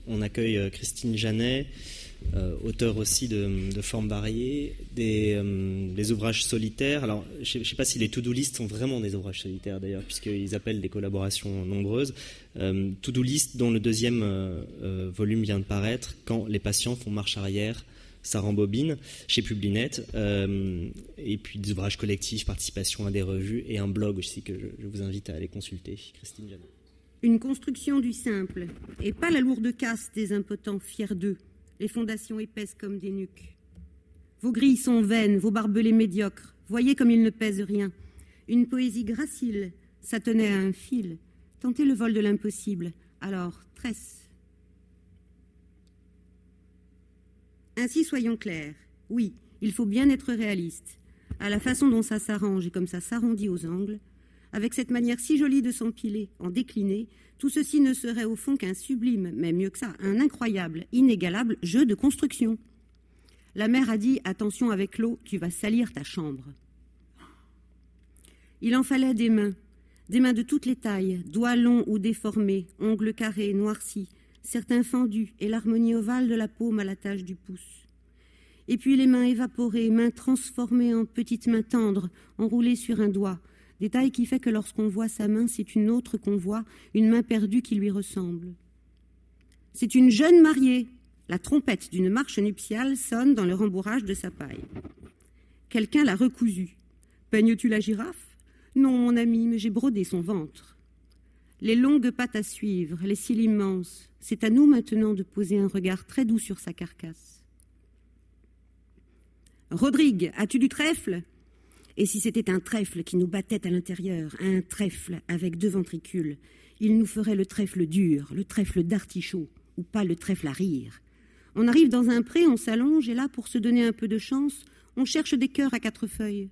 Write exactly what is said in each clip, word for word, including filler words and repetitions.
on accueille Christine Janet, euh, auteure aussi de, de Formes variées, des, euh, des ouvrages solitaires. Alors, je ne sais pas si les to-do list sont vraiment des ouvrages solitaires d'ailleurs, puisqu'ils appellent des collaborations nombreuses. Euh, to-do list dont le deuxième euh, euh, volume vient de paraître, Quand les patients font marche arrière, ça rembobine, chez Publinet, euh, et puis des ouvrages collectifs, participation à des revues, et un blog aussi que je, je vous invite à aller consulter. Christine Janet. Une construction du simple, et pas la lourde casse des impotents fiers d'eux, les fondations épaisses comme des nuques. Vos grilles sont vaines, vos barbelés médiocres, voyez comme ils ne pèsent rien. Une poésie gracile, ça tenait à un fil. Tentez le vol de l'impossible, alors tresse. Ainsi, soyons clairs. Oui, il faut bien être réaliste. À la façon dont ça s'arrange et comme ça s'arrondit aux angles, avec cette manière si jolie de s'empiler, en décliné, tout ceci ne serait au fond qu'un sublime, mais mieux que ça, un incroyable, inégalable jeu de construction. La mère a dit « Attention avec l'eau, tu vas salir ta chambre ». Il en fallait des mains, des mains de toutes les tailles, doigts longs ou déformés, ongles carrés, noircis, certains fendus, et l'harmonie ovale de la paume à la tâche du pouce. Et puis les mains évaporées, mains transformées en petites mains tendres, enroulées sur un doigt, détail qui fait que lorsqu'on voit sa main, c'est une autre qu'on voit, une main perdue qui lui ressemble. C'est une jeune mariée. La trompette d'une marche nuptiale sonne dans le rembourrage de sa paille. Quelqu'un l'a recousue. Peignes-tu la girafe ? Non, mon ami, mais j'ai brodé son ventre. Les longues pattes à suivre, les cils immenses, c'est à nous maintenant de poser un regard très doux sur sa carcasse. Rodrigue, as-tu du trèfle ? Et si c'était un trèfle qui nous battait à l'intérieur, un trèfle avec deux ventricules, il nous ferait le trèfle dur, le trèfle d'artichaut, ou pas le trèfle à rire. On arrive dans un pré, on s'allonge, et là, pour se donner un peu de chance, on cherche des cœurs à quatre feuilles.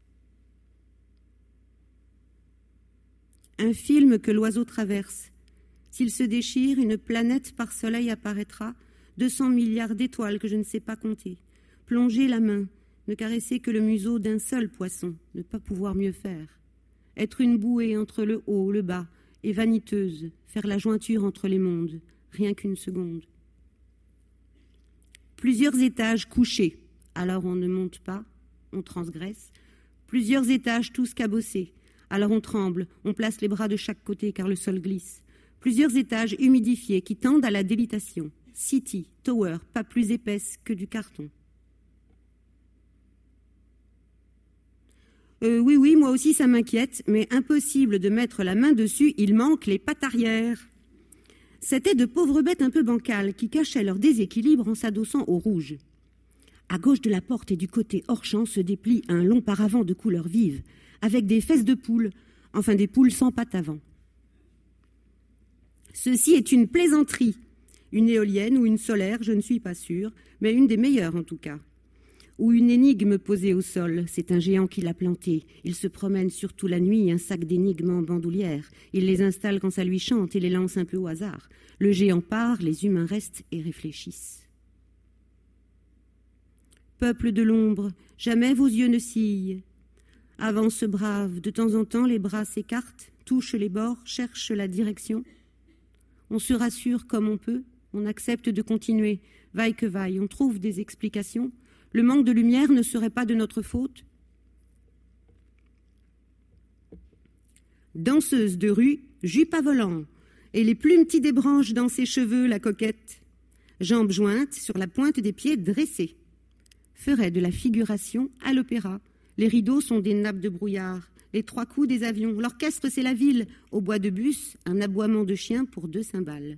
Un film que l'oiseau traverse. S'il se déchire, une planète par soleil apparaîtra, deux cents milliards d'étoiles que je ne sais pas compter. Plonger la main, ne caresser que le museau d'un seul poisson, ne pas pouvoir mieux faire. Être une bouée entre le haut, le bas, et vaniteuse, faire la jointure entre les mondes, rien qu'une seconde. Plusieurs étages couchés, alors on ne monte pas, on transgresse. Plusieurs étages tous cabossés, alors on tremble, on place les bras de chaque côté car le sol glisse. Plusieurs étages humidifiés qui tendent à la délitation. City, tower, pas plus épaisse que du carton. Euh, oui, oui, moi aussi ça m'inquiète, mais impossible de mettre la main dessus, il manque les pattes arrière. C'étaient de pauvres bêtes un peu bancales qui cachaient leur déséquilibre en s'adossant au rouge. À gauche de la porte et du côté hors champ se déplie un long paravent de couleurs vives, avec des fesses de poules, enfin des poules sans pattes avant. Ceci est une plaisanterie, une éolienne ou une solaire, je ne suis pas sûre, mais une des meilleures en tout cas. Ou une énigme posée au sol, c'est un géant qui l'a plantée. Il se promène surtout la nuit, un sac d'énigmes en bandoulière. Il les installe quand ça lui chante et les lance un peu au hasard. Le géant part, les humains restent et réfléchissent. Peuple de l'ombre, jamais vos yeux ne sillent. Avance brave, de temps en temps les bras s'écartent, touchent les bords, cherchent la direction. On se rassure comme on peut, on accepte de continuer, vaille que vaille, on trouve des explications. Le manque de lumière ne serait pas de notre faute. Danseuse de rue, jupe à volant, et les plumes qui débranchent dans ses cheveux la coquette. Jambes jointes, sur la pointe des pieds dressés. Ferait de la figuration à l'opéra. Les rideaux sont des nappes de brouillard, les trois coups des avions. L'orchestre, c'est la ville. Au bois de bus, un aboiement de chien pour deux cymbales.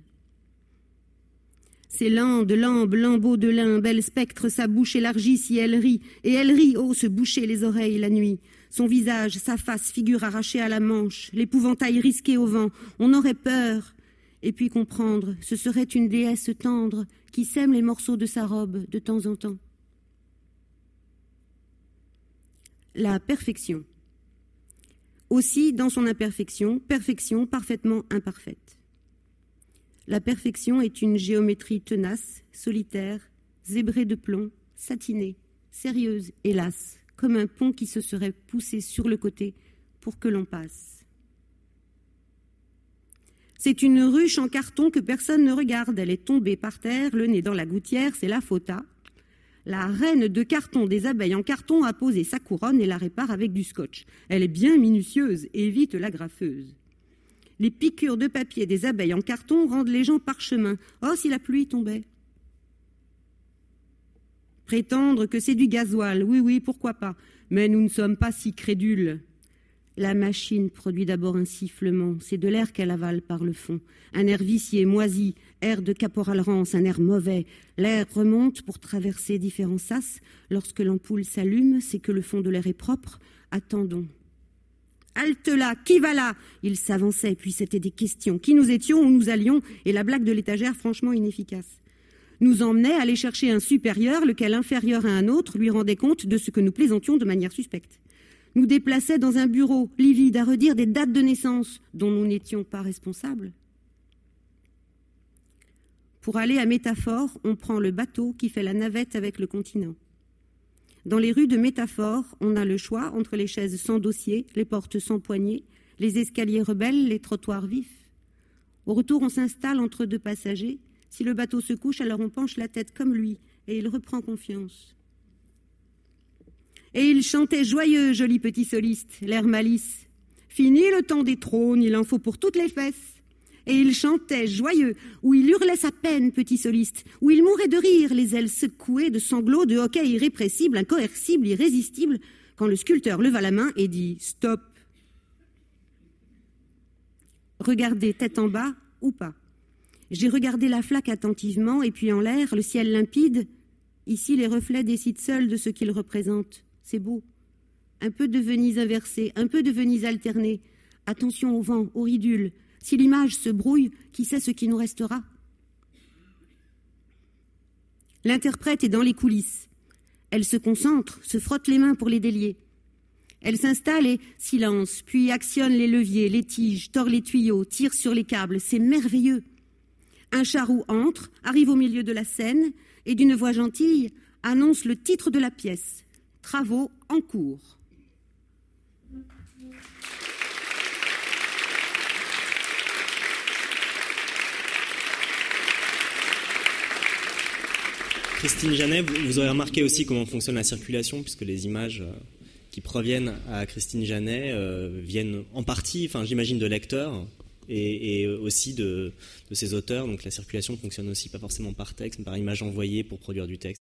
Ces landes, lambes, lambeaux de lin, belle spectre, sa bouche élargie si elle rit. Et elle rit, oh, se boucher les oreilles la nuit. Son visage, sa face, figure arrachée à la manche, l'épouvantail risqué au vent. On aurait peur. Et puis comprendre, ce serait une déesse tendre qui sème les morceaux de sa robe de temps en temps. La perfection. Aussi, dans son imperfection, perfection parfaitement imparfaite. La perfection est une géométrie tenace, solitaire, zébrée de plomb, satinée, sérieuse, hélas, comme un pont qui se serait poussé sur le côté pour que l'on passe. C'est une ruche en carton que personne ne regarde. Elle est tombée par terre, le nez dans la gouttière, c'est la faute. La reine de carton des abeilles en carton a posé sa couronne et la répare avec du scotch. Elle est bien minutieuse et évite la graffeuse. Les piqûres de papier des abeilles en carton rendent les gens parchemins. Oh, si la pluie tombait! Prétendre que c'est du gasoil, oui, oui, pourquoi pas. Mais nous ne sommes pas si crédules. La machine produit d'abord un sifflement. C'est de l'air qu'elle avale par le fond. Un air vicié, moisi, air de caporal Rance, un air mauvais. L'air remonte pour traverser différents sas. Lorsque l'ampoule s'allume, c'est que le fond de l'air est propre. Attendons. Halte là, qui va là? Il s'avançait, puis c'était des questions. Qui nous étions, où nous allions? Et la blague de l'étagère, franchement inefficace. Nous emmenait aller chercher un supérieur, lequel, inférieur à un autre, lui rendait compte de ce que nous plaisantions de manière suspecte. Nous déplaçait dans un bureau, livide, à redire des dates de naissance dont nous n'étions pas responsables. Pour aller à Métaphore, on prend le bateau qui fait la navette avec le continent. Dans les rues de Métaphore, on a le choix entre les chaises sans dossier, les portes sans poignées, les escaliers rebelles, les trottoirs vifs. Au retour, on s'installe entre deux passagers. Si le bateau se couche, alors on penche la tête comme lui, et il reprend confiance. Et il chantait joyeux, joli petit soliste, l'air malice. Fini le temps des trônes, il en faut pour toutes les fesses. Et il chantait joyeux, où il hurlait sa peine, petit soliste, où il mourait de rire, les ailes secouées de sanglots, de hoquets irrépressibles, incoercibles, irrésistibles, quand le sculpteur leva la main et dit « Stop !» Regardez tête en bas ou pas. J'ai regardé la flaque attentivement, et puis en l'air, le ciel limpide. Ici, les reflets décident seuls de ce qu'ils représentent. C'est beau. Un peu de Venise inversée, un peu de Venise alternée. Attention au vent, au ridule. Si l'image se brouille, qui sait ce qui nous restera? L'interprète est dans les coulisses. Elle se concentre, se frotte les mains pour les délier. Elle s'installe et silence, puis actionne les leviers, les tiges, tord les tuyaux, tire sur les câbles. C'est merveilleux. Un charroux entre, arrive au milieu de la scène et d'une voix gentille annonce le titre de la pièce. Travaux en cours. Christine Janet, vous aurez remarqué aussi comment fonctionne la circulation, puisque les images qui proviennent à Christine Janet euh, viennent en partie, enfin j'imagine, de lecteurs et, et aussi de, de ses auteurs. Donc la circulation fonctionne aussi pas forcément par texte, mais par image envoyée pour produire du texte.